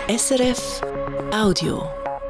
SRF Audio.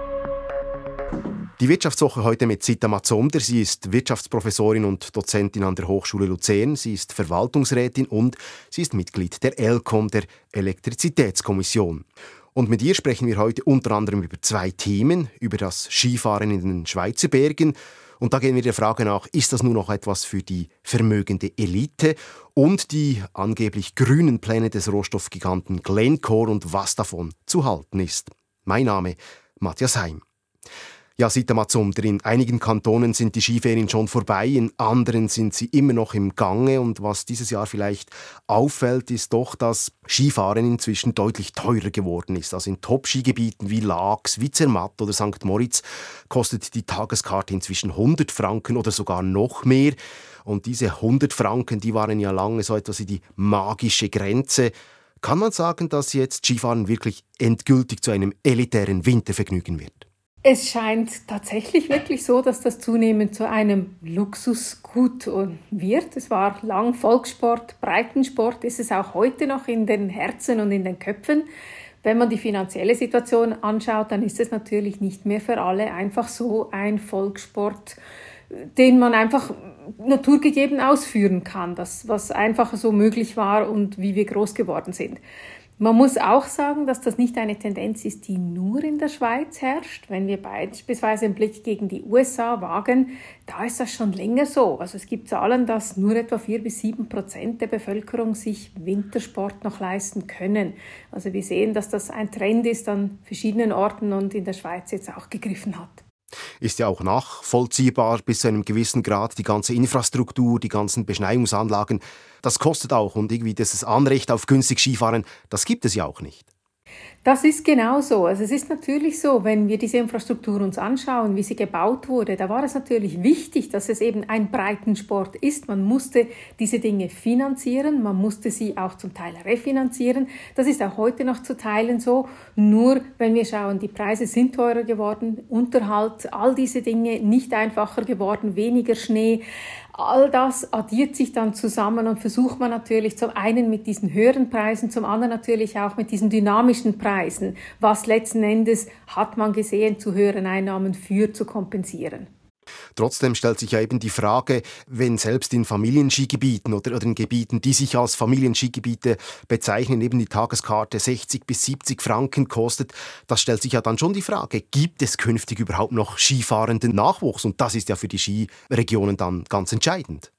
Die Wirtschaftswoche heute mit Zita Mazonder. Sie ist Wirtschaftsprofessorin und Dozentin an der Hochschule Luzern. Sie ist Verwaltungsrätin und sie ist Mitglied der ELCOM, der Elektrizitätskommission. Und mit ihr sprechen wir heute unter anderem über zwei Themen, über das Skifahren in den Schweizer Bergen. Und da gehen wir der Frage nach, ist das nur noch etwas für die vermögende Elite? Und die angeblich grünen Pläne des Rohstoffgiganten Glencore und was davon zu halten ist. Mein Name Matthias Heim. Ja, Zita Mazonder, in einigen Kantonen sind die Skiferien schon vorbei, in anderen sind sie immer noch im Gange. Und was dieses Jahr vielleicht auffällt, ist doch, dass Skifahren inzwischen deutlich teurer geworden ist. Also in Top-Skigebieten wie Laax, wie Zermatt oder St. Moritz kostet die Tageskarte inzwischen 100 Franken oder sogar noch mehr. Und diese 100 Franken, die waren ja lange so etwas wie die magische Grenze. Kann man sagen, dass jetzt Skifahren wirklich endgültig zu einem elitären Wintervergnügen wird? Es scheint tatsächlich wirklich so, dass das zunehmend zu einem Luxusgut wird. Es war lang Volkssport, Breitensport, ist es auch heute noch in den Herzen und in den Köpfen. Wenn man die finanzielle Situation anschaut, dann ist es natürlich nicht mehr für alle einfach so ein Volkssport, den man einfach naturgegeben ausführen kann, das, was einfach so möglich war und wie wir groß geworden sind. Man muss auch sagen, dass das nicht eine Tendenz ist, die nur in der Schweiz herrscht. Wenn wir beispielsweise einen Blick gegen die USA wagen, da ist das schon länger so. Also es gibt Zahlen, dass nur etwa 4-7% der Bevölkerung sich Wintersport noch leisten können. Also wir sehen, dass das ein Trend ist an verschiedenen Orten und in der Schweiz jetzt auch gegriffen hat. Ist ja auch nachvollziehbar bis zu einem gewissen Grad. Die ganze Infrastruktur, die ganzen Beschneiungsanlagen, das kostet auch. Und irgendwie das Anrecht auf günstig Skifahren, das gibt es ja auch nicht. Das ist genau so. Also es ist natürlich so, wenn wir diese Infrastruktur uns anschauen, wie sie gebaut wurde, da war es natürlich wichtig, dass es eben ein Breitensport ist. Man musste diese Dinge finanzieren, man musste sie auch zum Teil refinanzieren. Das ist auch heute noch zu Teilen so. Nur wenn wir schauen, die Preise sind teurer geworden, Unterhalt, all diese Dinge nicht einfacher geworden, weniger Schnee. All das addiert sich dann zusammen und versucht man natürlich zum einen mit diesen höheren Preisen, zum anderen natürlich auch mit diesen dynamischen Preisen, was letzten Endes, hat man gesehen, zu höheren Einnahmen führt, zu kompensieren. Trotzdem stellt sich ja eben die Frage, wenn selbst in Familienskigebieten oder in Gebieten, die sich als Familienskigebiete bezeichnen, eben die Tageskarte 60 bis 70 Franken kostet, das stellt sich ja dann schon die Frage, gibt es künftig überhaupt noch skifahrenden Nachwuchs? Und das ist ja für die Skiregionen dann ganz entscheidend.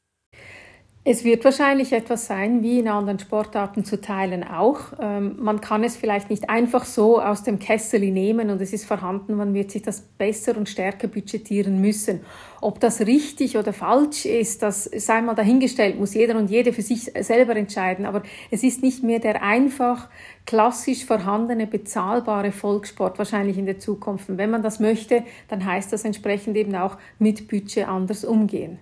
Es wird wahrscheinlich etwas sein, wie in anderen Sportarten zu Teilen auch. Man kann es vielleicht nicht einfach so aus dem Kessel nehmen und es ist vorhanden, man wird sich das besser und stärker budgetieren müssen. Ob das richtig oder falsch ist, das sei mal dahingestellt, muss jeder und jede für sich selber entscheiden. Aber es ist nicht mehr der einfach klassisch vorhandene, bezahlbare Volkssport wahrscheinlich in der Zukunft. Und wenn man das möchte, dann heißt das entsprechend eben auch mit Budget anders umgehen.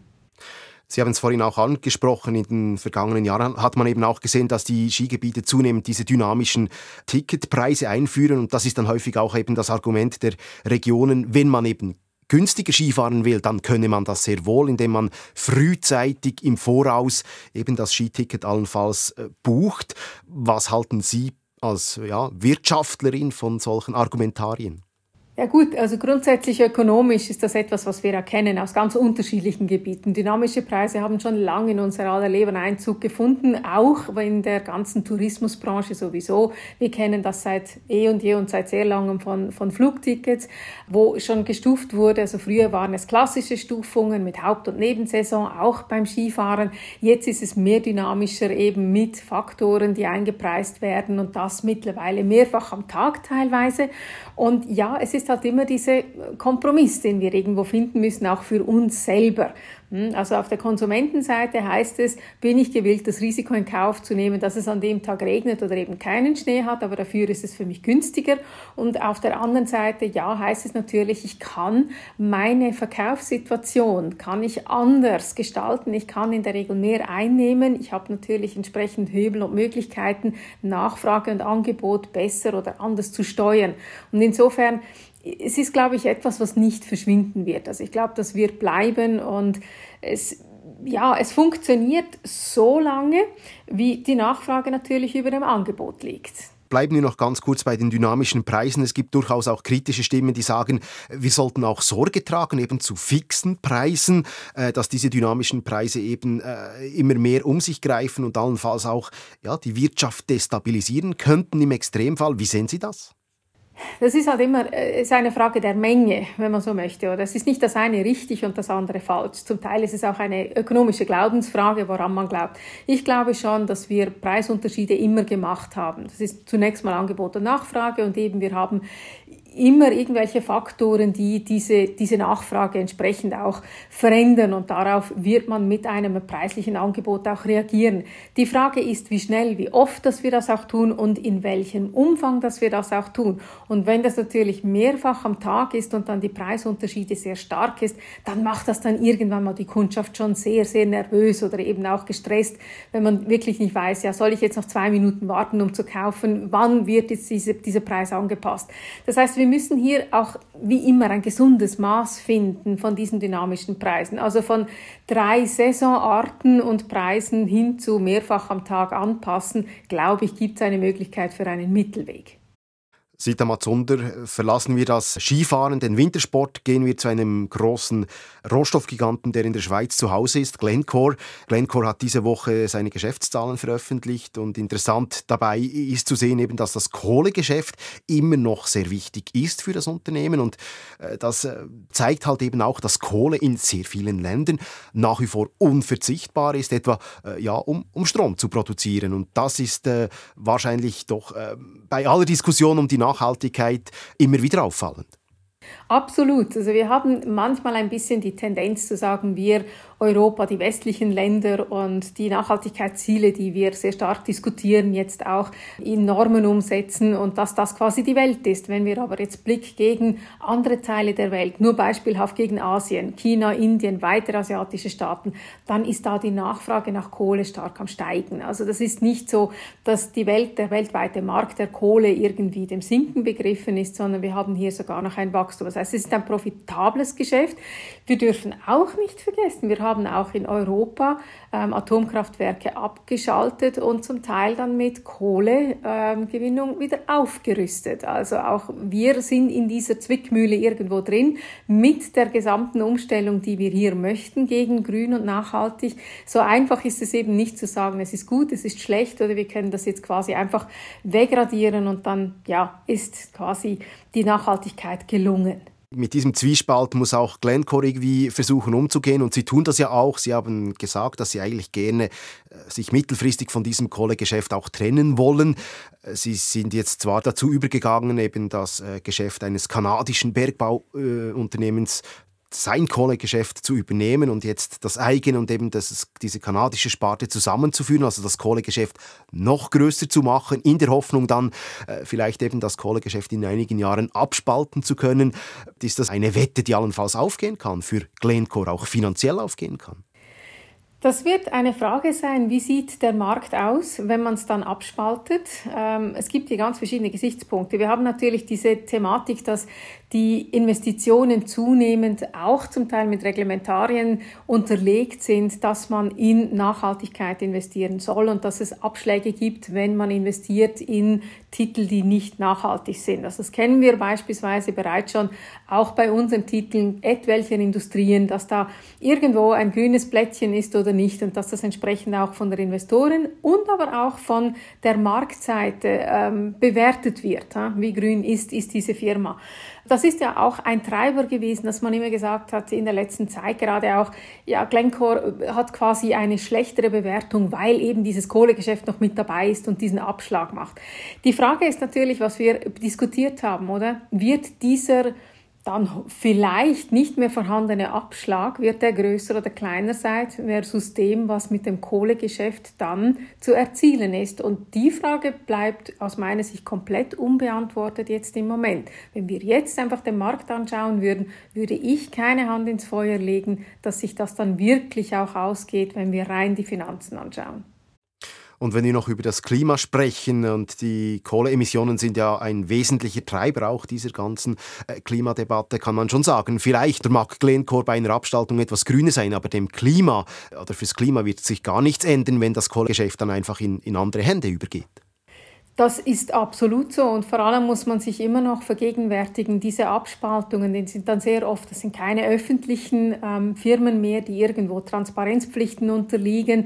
Sie haben es vorhin auch angesprochen, in den vergangenen Jahren hat man eben auch gesehen, dass die Skigebiete zunehmend diese dynamischen Ticketpreise einführen und das ist dann häufig auch eben das Argument der Regionen, wenn man eben günstiger Skifahren will, dann könne man das sehr wohl, indem man frühzeitig im Voraus eben das Skiticket allenfalls bucht. Was halten Sie als Wirtschaftlerin von solchen Argumentarien? Ja gut, also grundsätzlich ökonomisch ist das etwas, was wir erkennen aus ganz unterschiedlichen Gebieten. Dynamische Preise haben schon lange in unser aller Leben Einzug gefunden, auch in der ganzen Tourismusbranche sowieso. Wir kennen das seit eh und je und seit sehr langem von Flugtickets, wo schon gestuft wurde. Also früher waren es klassische Stufungen mit Haupt- und Nebensaison, auch beim Skifahren. Jetzt ist es mehr dynamischer eben mit Faktoren, die eingepreist werden und das mittlerweile mehrfach am Tag teilweise. Und ja, es ist halt immer dieser Kompromiss, den wir irgendwo finden müssen, auch für uns selber. Also auf der Konsumentenseite heißt es, bin ich gewillt, das Risiko in Kauf zu nehmen, dass es an dem Tag regnet oder eben keinen Schnee hat, aber dafür ist es für mich günstiger. Und auf der anderen Seite, ja, heißt es natürlich, ich kann meine Verkaufssituation, kann ich anders gestalten, ich kann in der Regel mehr einnehmen, ich habe natürlich entsprechend Hebel und Möglichkeiten, Nachfrage und Angebot besser oder anders zu steuern. Und insofern, es ist, glaube ich, etwas, was nicht verschwinden wird. Also ich glaube, das wird bleiben und es funktioniert so lange, wie die Nachfrage natürlich über dem Angebot liegt. Bleiben wir noch ganz kurz bei den dynamischen Preisen. Es gibt durchaus auch kritische Stimmen, die sagen, wir sollten auch Sorge tragen eben zu fixen Preisen, dass diese dynamischen Preise eben immer mehr um sich greifen und allenfalls auch die Wirtschaft destabilisieren könnten im Extremfall. Wie sehen Sie das? Das ist halt immer ist eine Frage der Menge, wenn man so möchte. Oder es ist nicht das eine richtig und das andere falsch. Zum Teil ist es auch eine ökonomische Glaubensfrage, woran man glaubt. Ich glaube schon, dass wir Preisunterschiede immer gemacht haben. Das ist zunächst mal Angebot und Nachfrage und eben wir haben immer irgendwelche Faktoren, die diese Nachfrage entsprechend auch verändern und darauf wird man mit einem preislichen Angebot auch reagieren. Die Frage ist, wie schnell, wie oft, dass wir das auch tun und in welchem Umfang, dass wir das auch tun. Und wenn das natürlich mehrfach am Tag ist und dann die Preisunterschiede sehr stark ist, dann macht das dann irgendwann mal die Kundschaft schon sehr, sehr nervös oder eben auch gestresst, wenn man wirklich nicht weiß, ja, soll ich jetzt noch 2 Minuten warten, um zu kaufen, wann wird jetzt dieser Preis angepasst. Das heißt, wir müssen hier auch wie immer ein gesundes Maß finden von diesen dynamischen Preisen. Also von 3 Saisonarten und Preisen hin zu mehrfach am Tag anpassen, glaube ich, gibt es eine Möglichkeit für einen Mittelweg. Sita Matsunder, verlassen wir das Skifahren, den Wintersport, gehen wir zu einem großen Rohstoffgiganten, der in der Schweiz zu Hause ist, Glencore. Glencore hat diese Woche seine Geschäftszahlen veröffentlicht und interessant dabei ist zu sehen, eben, dass das Kohlegeschäft immer noch sehr wichtig ist für das Unternehmen und das zeigt halt eben auch, dass Kohle in sehr vielen Ländern nach wie vor unverzichtbar ist, etwa um Strom zu produzieren und das ist wahrscheinlich doch bei aller Diskussion um die Nachhaltigkeit immer wieder auffallend. Absolut. Also wir haben manchmal ein bisschen die Tendenz zu sagen, wir Europa, die westlichen Länder und die Nachhaltigkeitsziele, die wir sehr stark diskutieren, jetzt auch in Normen umsetzen und dass das quasi die Welt ist. Wenn wir aber jetzt Blick gegen andere Teile der Welt, nur beispielhaft gegen Asien, China, Indien, weitere asiatische Staaten, dann ist da die Nachfrage nach Kohle stark am Steigen. Also das ist nicht so, dass der weltweite Markt der Kohle irgendwie dem Sinken begriffen ist, sondern wir haben hier sogar noch ein Wachstum. Das heißt, es ist ein profitables Geschäft. Wir dürfen auch nicht vergessen, wir haben auch in Europa Atomkraftwerke abgeschaltet und zum Teil dann mit Kohlegewinnung wieder aufgerüstet. Also auch wir sind in dieser Zwickmühle irgendwo drin mit der gesamten Umstellung, die wir hier möchten gegen grün und nachhaltig. So einfach ist es eben nicht zu sagen, es ist gut, es ist schlecht oder wir können das jetzt quasi einfach wegradieren und dann ist quasi die Nachhaltigkeit gelungen. Mit diesem Zwiespalt muss auch Glencore irgendwie versuchen umzugehen und Sie tun das ja auch. Sie haben gesagt, dass Sie eigentlich gerne sich mittelfristig von diesem Kohlegeschäft auch trennen wollen. Sie sind jetzt zwar dazu übergegangen, eben das Geschäft eines kanadischen Bergbauunternehmens sein Kohlegeschäft zu übernehmen und jetzt das eigene und eben diese kanadische Sparte zusammenzuführen, also das Kohlegeschäft noch größer zu machen, in der Hoffnung dann vielleicht eben das Kohlegeschäft in einigen Jahren abspalten zu können. Ist das eine Wette, die allenfalls aufgehen kann, für Glencore auch finanziell aufgehen kann? Das wird eine Frage sein, wie sieht der Markt aus, wenn man es dann abspaltet. Es gibt hier ganz verschiedene Gesichtspunkte. Wir haben natürlich diese Thematik, dass die Investitionen zunehmend auch zum Teil mit Reglementarien unterlegt sind, dass man in Nachhaltigkeit investieren soll und dass es Abschläge gibt, wenn man investiert in Titel, die nicht nachhaltig sind. Also das kennen wir beispielsweise bereits schon auch bei unseren Titeln etwelcher Industrien, dass da irgendwo ein grünes Blättchen ist oder nicht und dass das entsprechend auch von der Investoren und aber auch von der Marktseite bewertet wird. Wie grün ist diese Firma? Das ist ja auch ein Treiber gewesen, dass man immer gesagt hat in der letzten Zeit, gerade auch, Glencore hat quasi eine schlechtere Bewertung, weil eben dieses Kohlegeschäft noch mit dabei ist und diesen Abschlag macht. Die Frage ist natürlich, was wir diskutiert haben, oder? Wird dieser dann vielleicht nicht mehr vorhandene Abschlag, wird der größer oder kleiner sein versus dem, was mit dem Kohlegeschäft dann zu erzielen ist. Und die Frage bleibt aus meiner Sicht komplett unbeantwortet jetzt im Moment. Wenn wir jetzt einfach den Markt anschauen würden, würde ich keine Hand ins Feuer legen, dass sich das dann wirklich auch ausgeht, wenn wir rein die Finanzen anschauen. Und wenn wir noch über das Klima sprechen, und die Kohleemissionen sind ja ein wesentlicher Treiber auch dieser ganzen Klimadebatte, kann man schon sagen, vielleicht mag Glencore bei einer Abspaltung etwas grüner sein, aber dem Klima oder fürs Klima wird sich gar nichts ändern, wenn das Kohlegeschäft dann einfach in andere Hände übergeht. Das ist absolut so und vor allem muss man sich immer noch vergegenwärtigen, diese Abspaltungen, die sind dann sehr oft, das sind keine öffentlichen Firmen mehr, die irgendwo Transparenzpflichten unterliegen.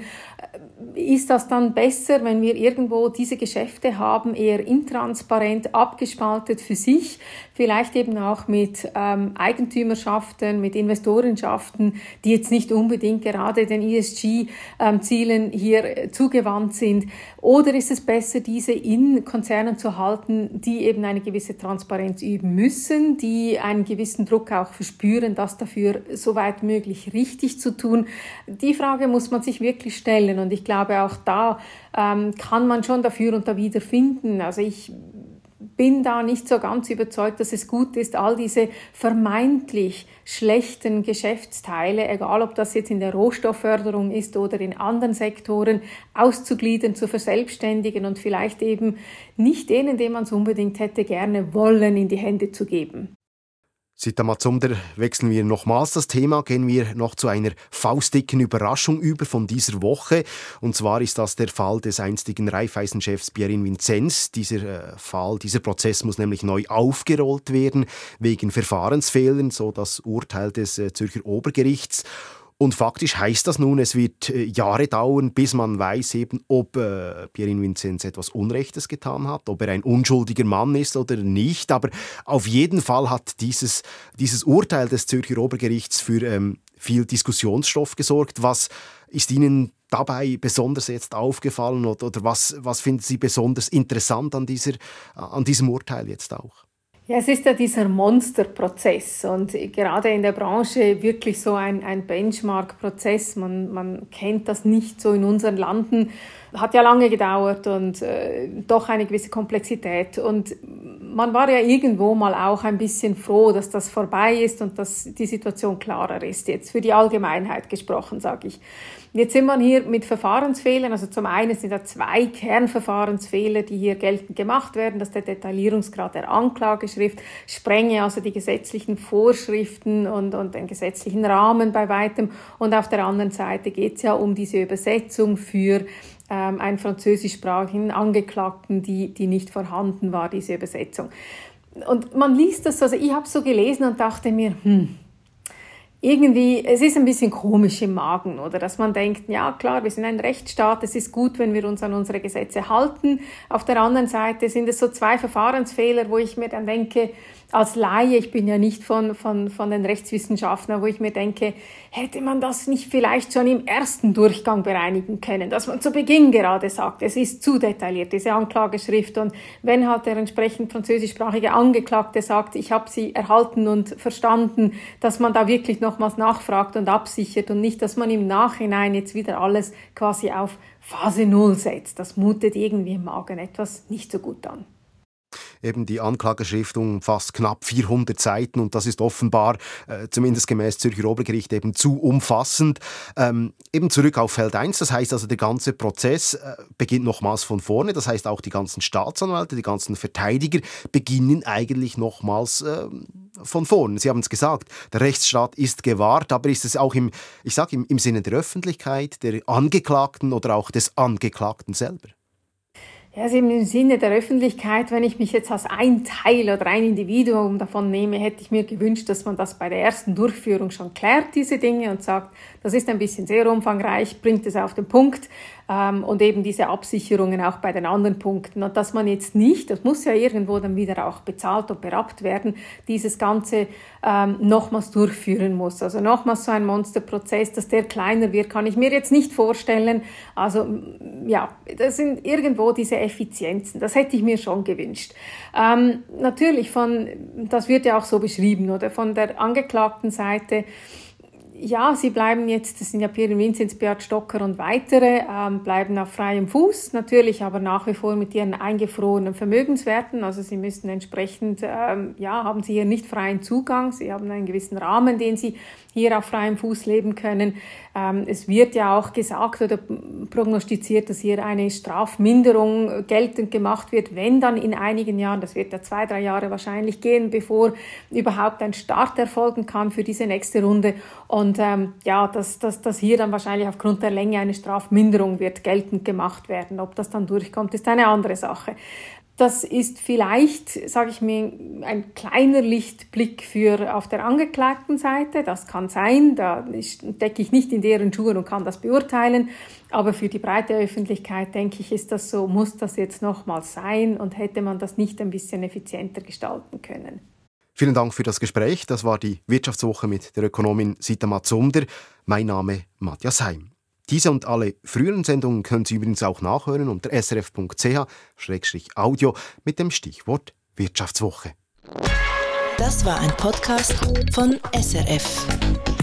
Ist das dann besser, wenn wir irgendwo diese Geschäfte haben, eher intransparent, abgespaltet für sich, vielleicht eben auch mit Eigentümerschaften, mit Investorenschaften, die jetzt nicht unbedingt gerade den ESG-Zielen hier zugewandt sind? Oder ist es besser, diese in Konzernen zu halten, die eben eine gewisse Transparenz üben müssen, die einen gewissen Druck auch verspüren, das dafür soweit möglich richtig zu tun? Die Frage muss man sich wirklich stellen und ich glaube, auch da kann man schon dafür und dawider finden. Also ich bin da nicht so ganz überzeugt, dass es gut ist, all diese vermeintlich schlechten Geschäftsteile, egal ob das jetzt in der Rohstoffförderung ist oder in anderen Sektoren, auszugliedern, zu verselbstständigen und vielleicht eben nicht denen, denen man es unbedingt hätte gerne wollen, in die Hände zu geben. Sita Mazumder, wechseln wir nochmals das Thema, gehen wir noch zu einer faustdicken Überraschung über von dieser Woche. Und zwar ist das der Fall des einstigen Raiffeisen-Chefs Pierin Vinzenz. Dieser Prozess muss nämlich neu aufgerollt werden, wegen Verfahrensfehlern, so das Urteil des Zürcher Obergerichts. Und faktisch heißt das nun, es wird Jahre dauern, bis man weiß, eben, ob Pierin Vinzenz etwas Unrechtes getan hat, ob er ein unschuldiger Mann ist oder nicht. Aber auf jeden Fall hat dieses Urteil des Zürcher Obergerichts für viel Diskussionsstoff gesorgt. Was ist Ihnen dabei besonders jetzt aufgefallen oder was finden Sie besonders interessant an diesem Urteil jetzt auch? Ja, es ist ja dieser Monsterprozess und gerade in der Branche wirklich so ein Benchmark-Prozess. Man kennt das nicht so in unseren Landen. Hat ja lange gedauert und doch eine gewisse Komplexität. Und man war ja irgendwo mal auch ein bisschen froh, dass das vorbei ist und dass die Situation klarer ist. Jetzt für die Allgemeinheit gesprochen, sage ich. Jetzt sind wir hier mit Verfahrensfehlern. Also zum einen sind da 2 Kernverfahrensfehler, die hier geltend gemacht werden. Das ist der Detaillierungsgrad der Anklageschrift, sprenge also die gesetzlichen Vorschriften und den gesetzlichen Rahmen bei weitem. Und auf der anderen Seite geht es ja um diese Übersetzung für einen französischsprachigen Angeklagten, die nicht vorhanden war, diese Übersetzung. Und man liest das, also ich habe es so gelesen und dachte mir, irgendwie, es ist ein bisschen komisch im Magen, oder? Dass man denkt, ja klar, wir sind ein Rechtsstaat, es ist gut, wenn wir uns an unsere Gesetze halten. Auf der anderen Seite sind es so 2 Verfahrensfehler, wo ich mir dann denke, als Laie, ich bin ja nicht von den Rechtswissenschaften, wo ich mir denke, hätte man das nicht vielleicht schon im ersten Durchgang bereinigen können, dass man zu Beginn gerade sagt, es ist zu detailliert, diese Anklageschrift, und wenn halt der entsprechend französischsprachige Angeklagte sagt, ich habe sie erhalten und verstanden, dass man da wirklich nochmals nachfragt und absichert und nicht, dass man im Nachhinein jetzt wieder alles quasi auf Phase 0 setzt. Das mutet irgendwie im Magen etwas nicht so gut an. Eben die Anklageschrift umfasst knapp 400 Seiten und das ist offenbar, zumindest gemäß Zürcher Obergericht, eben zu umfassend. Eben zurück auf Feld 1, das heißt also, der ganze Prozess beginnt nochmals von vorne, das heißt auch die ganzen Staatsanwälte, die ganzen Verteidiger beginnen eigentlich nochmals von vorne. Sie haben es gesagt, der Rechtsstaat ist gewahrt, aber ist es auch im Sinne der Öffentlichkeit, der Angeklagten oder auch des Angeklagten selber? Ja, also im Sinne der Öffentlichkeit, wenn ich mich jetzt als ein Teil oder ein Individuum davon nehme, hätte ich mir gewünscht, dass man das bei der ersten Durchführung schon klärt, diese Dinge, und sagt, das ist ein bisschen sehr umfangreich, bringt es auf den Punkt und eben diese Absicherungen auch bei den anderen Punkten. Und dass man jetzt nicht, das muss ja irgendwo dann wieder auch bezahlt und berappt werden, dieses Ganze nochmals durchführen muss. Also nochmals so ein Monsterprozess, dass der kleiner wird, kann ich mir jetzt nicht vorstellen. Also ja, das sind irgendwo diese Effizienzen. Das hätte ich mir schon gewünscht. Natürlich das wird ja auch so beschrieben, oder von der angeklagten Seite. Ja, sie bleiben jetzt, das sind ja Pierin Vinzenz, Beat Stocker und weitere, bleiben auf freiem Fuß, natürlich aber nach wie vor mit ihren eingefrorenen Vermögenswerten. Also sie müssen entsprechend, haben sie hier nicht freien Zugang, sie haben einen gewissen Rahmen, den sie hier auf freiem Fuß leben können. Es wird ja auch gesagt oder prognostiziert, dass hier eine Strafminderung geltend gemacht wird, wenn dann in einigen Jahren, das wird ja 2-3 Jahre wahrscheinlich gehen, bevor überhaupt ein Start erfolgen kann für diese nächste Runde. Und Und dass hier dann wahrscheinlich aufgrund der Länge eine Strafminderung wird geltend gemacht werden. Ob das dann durchkommt, ist eine andere Sache. Das ist vielleicht, sage ich mir, ein kleiner Lichtblick auf der angeklagten Seite. Das kann sein, da stecke ich nicht in deren Schuhe und kann das beurteilen. Aber für die breite Öffentlichkeit, denke ich, ist das so, muss das jetzt nochmals sein und hätte man das nicht ein bisschen effizienter gestalten können. Vielen Dank für das Gespräch. Das war die Wirtschaftswoche mit der Ökonomin Sita Mazumder. Mein Name Matthias Heim. Diese und alle früheren Sendungen können Sie übrigens auch nachhören unter srf.ch/audio mit dem Stichwort Wirtschaftswoche. Das war ein Podcast von SRF.